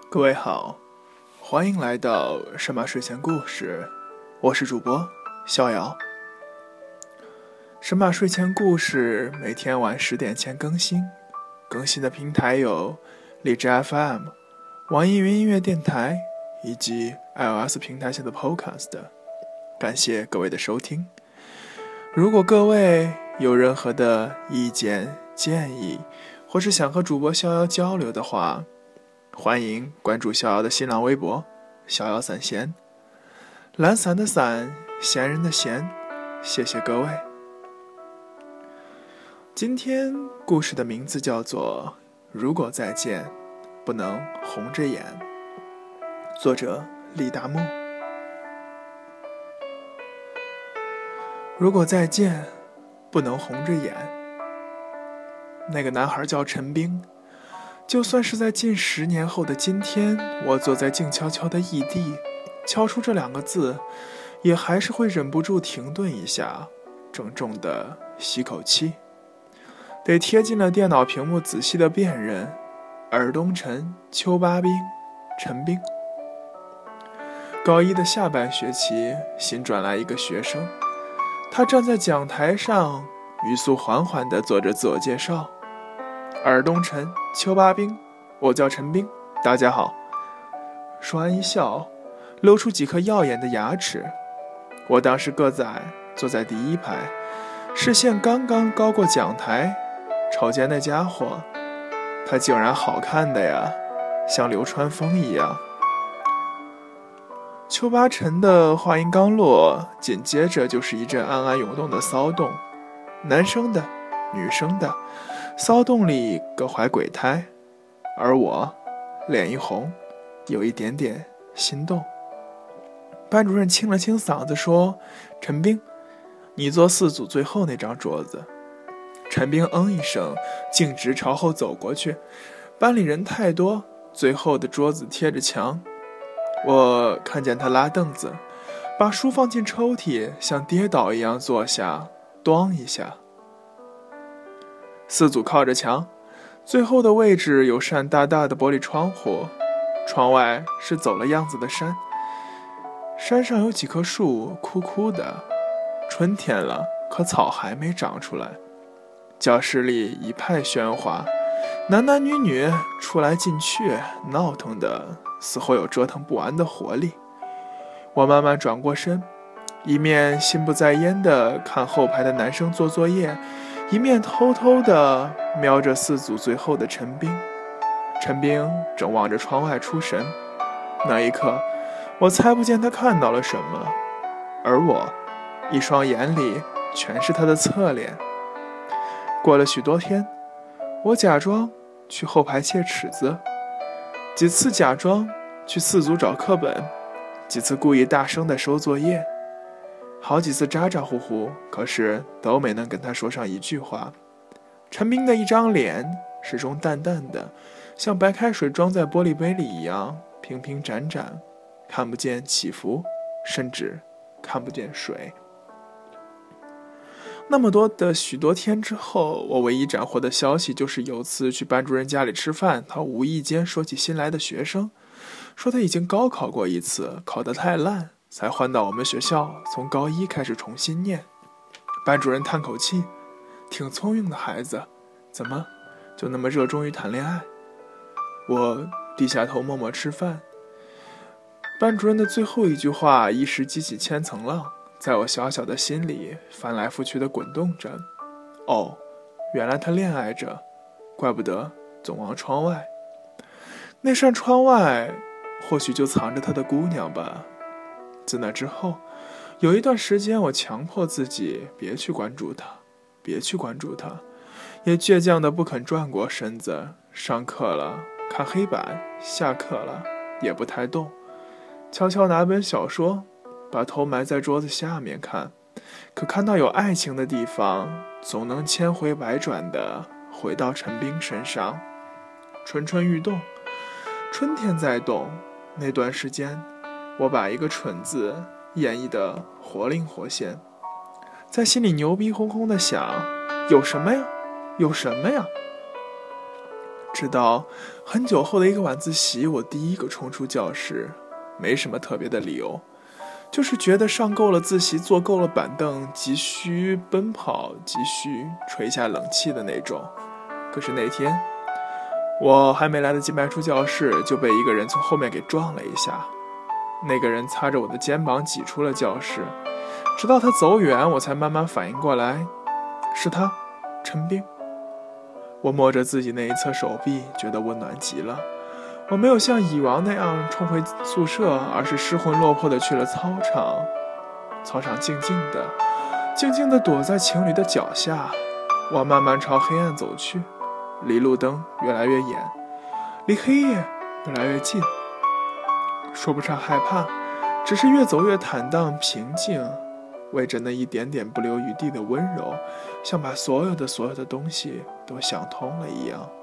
各位好，欢迎来到神马睡前故事，我是主播逍遥。神马睡前故事每天晚10点前更新的平台有荔枝 FM、网易云音乐电台以及 iOS 平台下的 Podcast。感谢各位的收听。如果各位有任何的意见建议，或是想和主播逍遥交流的话，欢迎关注逍遥的新浪微博逍遥散闲，懒散的散，闲人的闲，谢谢各位。今天故事的名字叫做如果再见不能红着眼，作者李达木。如果再见不能红着眼，那个男孩叫陈冰。就算是在近10年后的今天，我坐在静悄悄的异地，敲出这2个字，也还是会忍不住停顿一下，郑重的吸口气，得贴近了电脑屏幕仔细的辨认，尔东陈、邱八冰、陈冰。高一的下半学期，新转来一个学生，他站在讲台上，语速缓缓地做着自我介绍。尔东陈、邱八冰，我叫陈冰，大家好。说完一笑，露出几颗耀眼的牙齿。我当时个子矮，坐在第一排，视线刚刚高过讲台，瞅见那家伙，他竟然好看的呀，像流川枫一样。邱八陈的话音刚落，紧接着就是一阵暗暗涌动的骚动，男生的，女生的，骚动里各怀鬼胎，而我脸一红，有一点点心动。班主任清了清嗓子说：“陈冰，你坐4组最后那张桌子。”陈冰一声，径直朝后走过去。班里人太多，最后的桌子贴着墙。我看见他拉凳子，把书放进抽屉，像跌倒一样坐下，咣一下。4组靠着墙，最后的位置有扇大大的玻璃窗户，窗外是走了样子的山，山上有几棵树枯枯的，春天了，可草还没长出来。教室里一派喧哗，男男女女出来进去，闹腾的似乎有折腾不完的活力。我慢慢转过身，一面心不在焉地看后排的男生做作业，一面偷偷地瞄着4组最后的陈冰。陈冰正望着窗外出神，那一刻我猜不见他看到了什么，而我一双眼里全是他的侧脸。过了许多天，我假装去后排借尺子，几次假装去4组找课本，几次故意大声地收作业，好几次咋咋呼呼，可是都没能跟他说上一句话。陈冰的一张脸始终淡淡的，像白开水装在玻璃杯里一样平平展展，看不见起伏，甚至看不见水。那么多的许多天之后，我唯一斩获的消息就是有次去班主任家里吃饭，他无意间说起新来的学生，说他已经高考过一次，考得太烂，才换到我们学校，从高1开始重新念。班主任叹口气，挺聪明的孩子，怎么就那么热衷于谈恋爱？我低下头默默吃饭。班主任的最后一句话一时激起千层浪，在我小小的心里翻来覆去的滚动着。哦，原来他恋爱着，怪不得总望窗外。那扇窗外或许就藏着他的姑娘吧。自那之后，有一段时间我强迫自己别去关注他，也倔强的不肯转过身子。上课了看黑板，下课了也不太动，悄悄拿本小说，把头埋在桌子下面看，可看到有爱情的地方，总能千回百转的回到陈冰身上。蠢蠢欲动，春天在动。那段时间，我把一个蠢字演绎得活灵活现，在心里牛逼哄哄的想，有什么呀？ 直到很久后的一个晚自习，我第一个冲出教室，没什么特别的理由，就是觉得上够了自习，坐够了板凳，急需奔跑，急需吹下冷气的那种。可是那天，我还没来得及迈出教室，就被一个人从后面给撞了一下。那个人擦着我的肩膀挤出了教室，直到他走远，我才慢慢反应过来，是他，陈冰。我摸着自己那一侧手臂，觉得温暖极了。我没有像以往那样冲回宿舍，而是失魂落魄地去了操场。操场静静地躲在情侣的脚下。我慢慢朝黑暗走去，离路灯越来越远，离黑夜越来越近。说不上害怕，只是越走越坦荡平静，为着那一点点不留余地的温柔，像把所有的东西都想通了一样。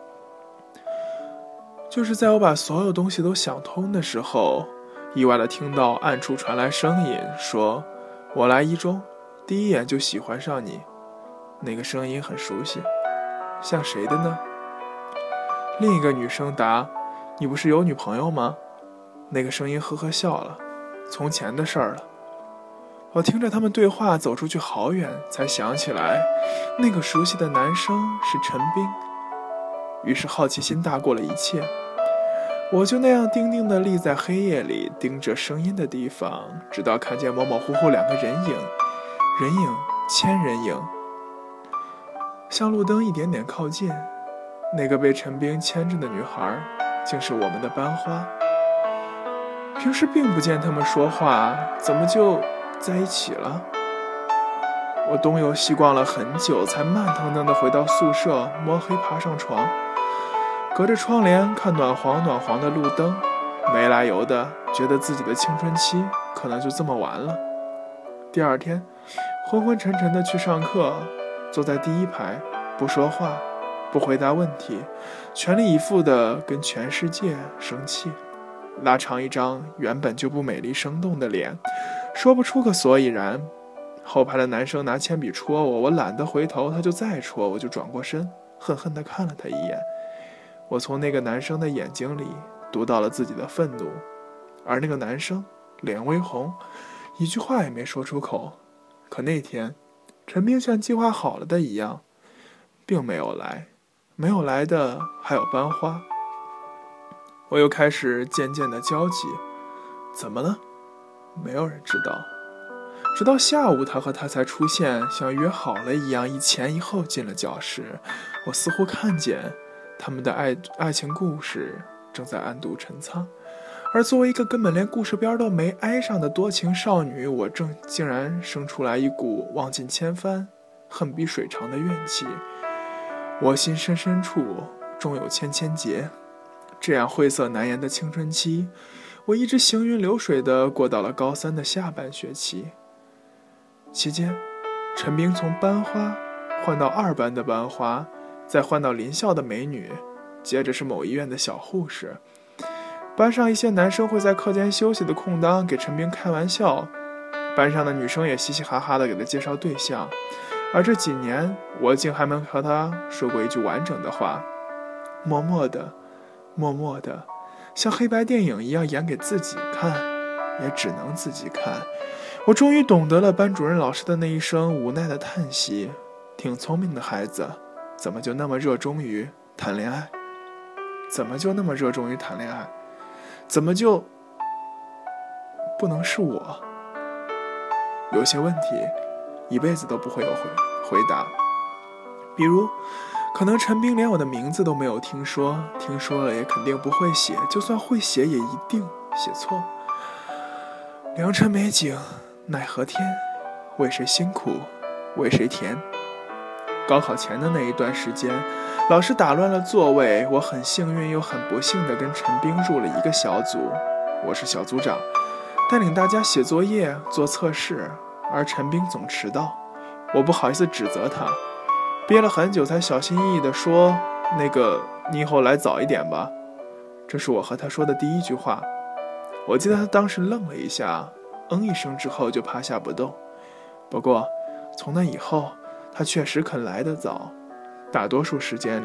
就是在我把所有东西都想通的时候，意外地听到暗处传来声音，说：“我来一中，第一眼就喜欢上你。”那个声音很熟悉，像谁的呢？另一个女生答：“你不是有女朋友吗？”那个声音呵呵笑了，从前的事儿了。我听着他们对话走出去好远，才想起来那个熟悉的男生是陈冰。于是好奇心大过了一切，我就那样定定地立在黑夜里，盯着声音的地方，直到看见模模糊糊两个人影牵人影，向路灯一点点靠近。那个被陈冰牵着的女孩竟是我们的班花。平时并不见他们说话，怎么就在一起了？我东游西逛了很久，才慢腾腾地回到宿舍，摸黑爬上床，隔着窗帘看暖黄的路灯，没来由的觉得自己的青春期可能就这么完了。第二天昏昏沉沉地去上课，坐在第一排，不说话，不回答问题，全力以赴地跟全世界生气，拉长一张原本就不美丽生动的脸，说不出个所以然。后排的男生拿铅笔戳我，我懒得回头，他就再戳，我就转过身，恨恨地看了他一眼。我从那个男生的眼睛里读到了自己的愤怒，而那个男生脸微红，一句话也没说出口。可那天陈冰像计划好了的一样，并没有来，没有来的还有班花。我又开始渐渐的焦急，怎么了？没有人知道。直到下午，他和他才出现，像约好了一样，一前一后进了教室。我似乎看见他们的爱情故事正在暗度陈仓，而作为一个根本连故事边都没挨上的多情少女，我竟然生出来一股望尽千帆、恨比水长的怨气。我心深处终有千结。这样晦涩难言的青春期，我一直行云流水地过到了高三的下半学期。期间，陈冰从班花换到2班的班花，再换到邻校的美女，接着是某医院的小护士。班上一些男生会在课间休息的空当给陈冰开玩笑，班上的女生也嘻嘻哈哈地给他介绍对象。而这几年，我竟还没和他说过一句完整的话，默默的像黑白电影一样演给自己看，也只能自己看。我终于懂得了班主任老师的那一声无奈的叹息，挺聪明的孩子，怎么就那么热衷于谈恋爱？怎么就那么热衷于谈恋爱？怎么就不能是我？有些问题一辈子都不会有回答，比如可能陈冰连我的名字都没有听说，听说了也肯定不会写，就算会写也一定写错。良辰美景奈何天，为谁辛苦为谁甜。高考前的那一段时间，老师打乱了座位，我很幸运又很不幸地跟陈冰入了一个小组，我是小组长，带领大家写作业做测试，而陈冰总迟到。我不好意思指责他，憋了很久才小心翼翼地说，你以后来早一点吧。这是我和他说的第一句话。我记得他当时愣了一下，一声之后就趴下不动。不过从那以后，他确实肯来得早，大多数时间里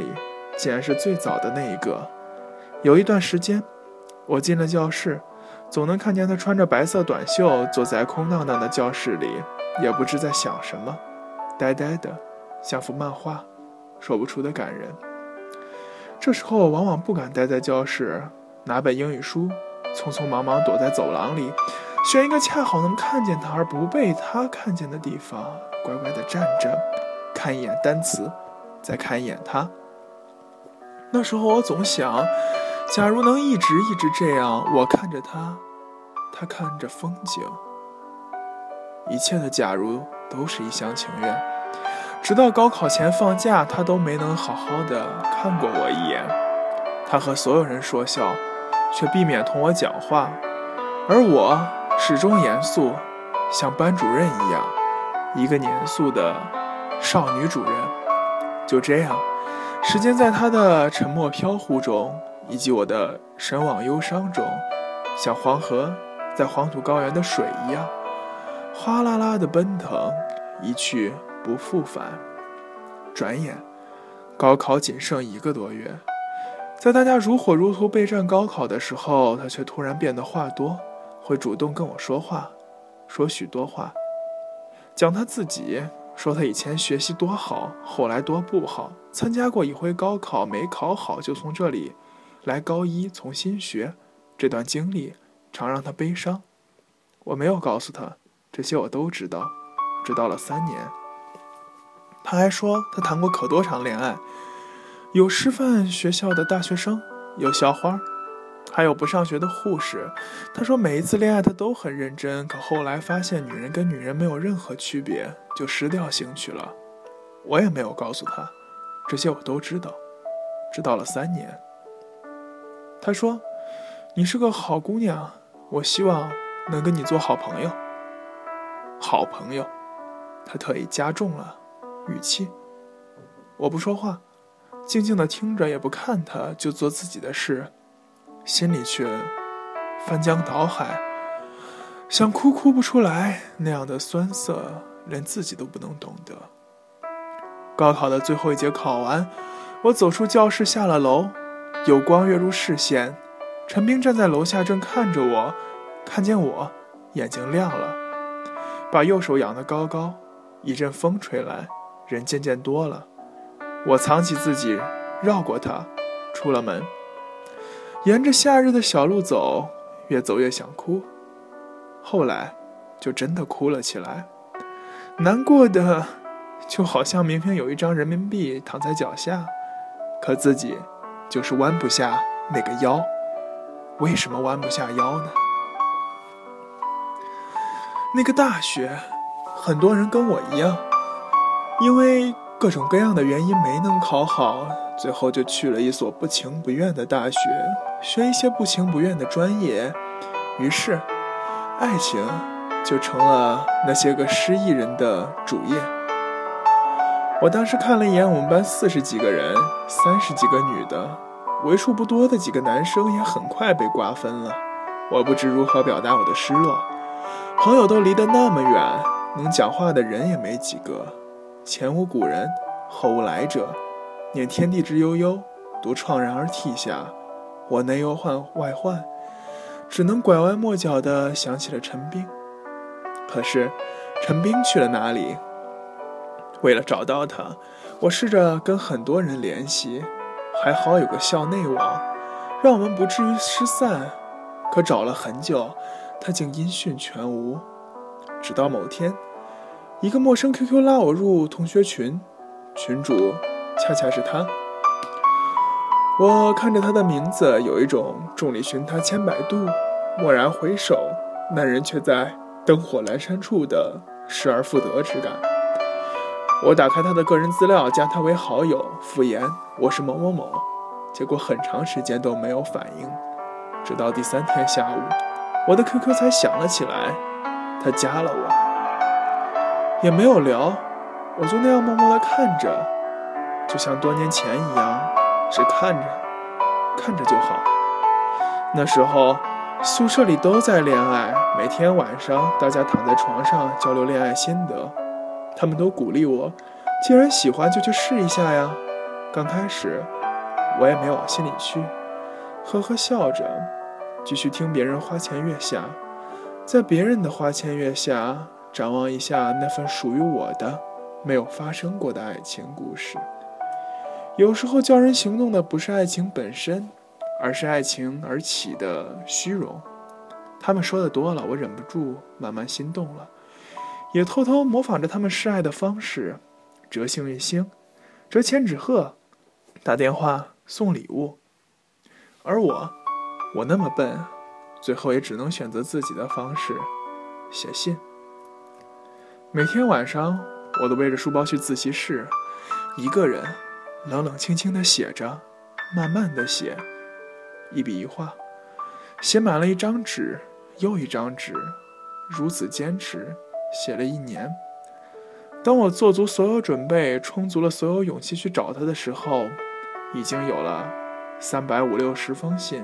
竟然是最早的那一个。有一段时间，我进了教室，总能看见他穿着白色短袖坐在空荡荡的教室里，也不知在想什么，呆呆的，像幅漫画，说不出的感人。这时候我往往不敢待在教室，拿本英语书，匆匆忙忙躲在走廊里，选一个恰好能看见他而不被他看见的地方，乖乖地站着，看一眼单词，再看一眼他。那时候我总想，假如能一直这样，我看着他，他看着风景。一切的假如都是一厢情愿，直到高考前放假，他都没能好好的看过我一眼。他和所有人说笑，却避免同我讲话，而我始终严肃，像班主任一样，一个严肃的少女主任。就这样，时间在他的沉默飘忽中，以及我的神往忧伤中，像黄河在黄土高原的水一样，哗啦啦的奔腾，一去不复返。转眼，高考仅剩1个多月，在大家如火如荼备战高考的时候，他却突然变得话多，会主动跟我说话，说许多话，讲他自己，说他以前学习多好，后来多不好，参加过一回高考没考好，就从这里来高一重新学，这段经历常让他悲伤。我没有告诉他，这些我都知道，直到了3年。他还说他谈过可多场恋爱，有师范学校的大学生，有校花，还有不上学的护士。他说每一次恋爱他都很认真，可后来发现女人跟女人没有任何区别，就失掉兴趣了。我也没有告诉他，这些我都知道，直到了3年。他说你是个好姑娘，我希望能跟你做好朋友。好朋友，他特意加重了语气。我不说话，静静地听着，也不看他，就做自己的事，心里却翻江倒海，想哭不出来，那样的酸涩连自己都不能懂得。高考的最后一节考完，我走出教室，下了楼，有光跃入视线，陈冰站在楼下正看着我，看见我眼睛亮了，把右手仰得高高，一阵风吹来，人渐渐多了。我藏起自己，绕过他，出了门，沿着夏日的小路走，越走越想哭，后来就真的哭了起来，难过的就好像明明有1张人民币躺在脚下，可自己就是弯不下那个腰。为什么弯不下腰呢？那个大学，很多人跟我一样，因为各种各样的原因没能考好，最后就去了一所不情不愿的大学，学一些不情不愿的专业，于是爱情就成了那些个失意人的主业。我当时看了一眼我们班40几个人，30几个女的，为数不多的几个男生也很快被瓜分了。我不知如何表达我的失落，朋友都离得那么远，能讲话的人也没几个，前无古人后无来者，念天地之悠悠，独怆然而涕下。我内忧外患，只能拐弯抹角地想起了陈冰。可是陈冰去了哪里？为了找到他，我试着跟很多人联系，还好有个校内网，让我们不至于失散。可找了很久，他竟音讯全无。直到某天，一个陌生 QQ 拉我入同学群，群主恰恰是他。我看着他的名字，有一种众里寻他千百度，蓦然回首，那人却在灯火阑珊处的失而复得之感。我打开他的个人资料，加他为好友，敷衍我是某某某，结果很长时间都没有反应，直到第3天下午，我的 QQ 才响了起来，他加了我，也没有聊，我就那样默默地看着，就像多年前一样，只看着就好。那时候宿舍里都在恋爱，每天晚上大家躺在床上交流恋爱心得，他们都鼓励我，既然喜欢就去试一下呀。刚开始我也没往心里去，呵呵笑着，继续听别人花前月下，在别人的花前月下展望一下那份属于我的没有发生过的爱情故事。有时候叫人行动的不是爱情本身，而是爱情而起的虚荣。他们说的多了，我忍不住慢慢心动了，也偷偷模仿着他们示爱的方式，折幸运星，折千纸鹤，打电话送礼物。而我那么笨，最后也只能选择自己的方式，写信。每天晚上我都背着书包去自习室，一个人冷冷清清地写着，慢慢地写，一笔一画，写满了一张纸又一张纸，如此坚持，写了1年。当我做足所有准备，充足了所有勇气去找他的时候，已经有了350-360封信。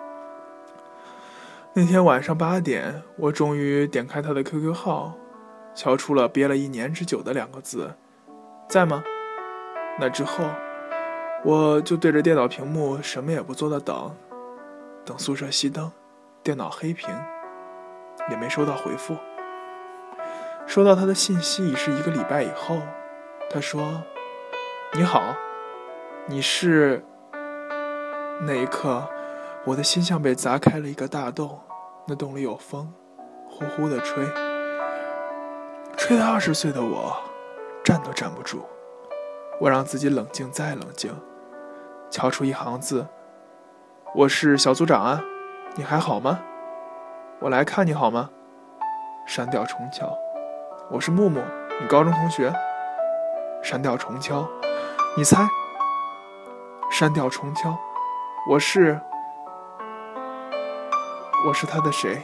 那天晚上8点，我终于点开他的 QQ 号，敲出了憋了1年之久的2个字：在吗？那之后，我就对着电脑屏幕什么也不做的等宿舍熄灯，电脑黑屏，也没收到回复。收到他的信息已是1个礼拜以后，他说：你好，你是……那一刻，我的心像被砸开了一个大洞，那洞里有风，呼呼地吹，吹得20岁的我站都站不住。我让自己冷静再冷静，敲出1行字：我是小组长啊，你还好吗？我来看你好吗？删掉重敲。我是木木，你高中同学。删掉重敲。你猜？删掉重敲。我是他的谁？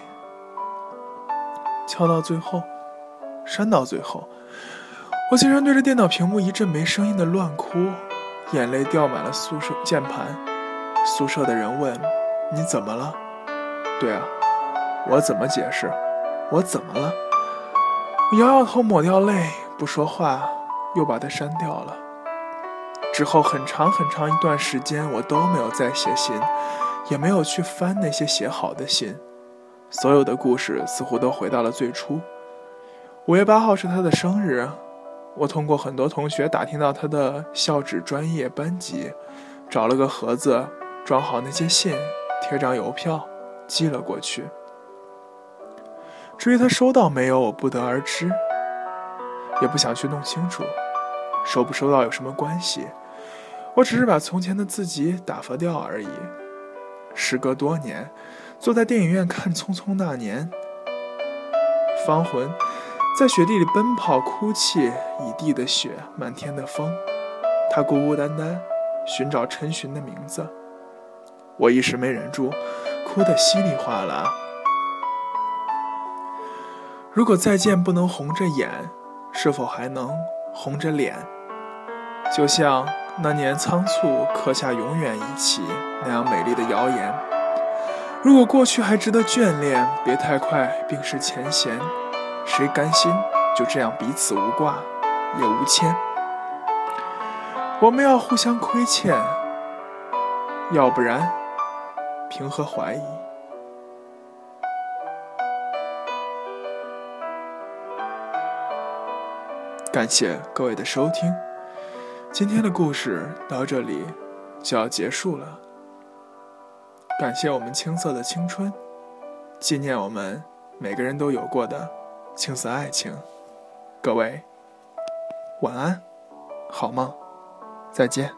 敲到最后，删到最后，我竟然对着电脑屏幕一阵没声音的乱哭，眼泪掉满了宿舍键盘。宿舍的人问：你怎么了？对啊，我怎么解释？我怎么了？我摇摇头，抹掉泪，不说话，又把它删掉了。之后很长很长一段时间，我都没有再写信，也没有去翻那些写好的信。所有的故事似乎都回到了最初。5月8号是他的生日，我通过很多同学打听到他的校址专业班级，找了个盒子装好那些信，贴张邮票寄了过去。至于他收到没有，我不得而知，也不想去弄清楚，收不收到有什么关系，我只是把从前的自己打发掉而已。时隔多年，坐在电影院看《匆匆那年》，芳魂在雪地里奔跑哭泣，一地的雪，满天的风，他孤孤单单寻找陈寻的名字。我一时没忍住，哭得稀里哗啦。如果再见不能红着眼，是否还能红着脸？就像那年仓促刻下永远一起那样美丽的谣言。如果过去还值得眷恋，别太快冰释前嫌。谁甘心就这样彼此无挂也无牵？我们要互相亏欠，要不然凭何怀疑？感谢各位的收听，今天的故事到这里就要结束了。感谢我们青涩的青春，纪念我们每个人都有过的青涩爱情。各位晚安，好梦，再见。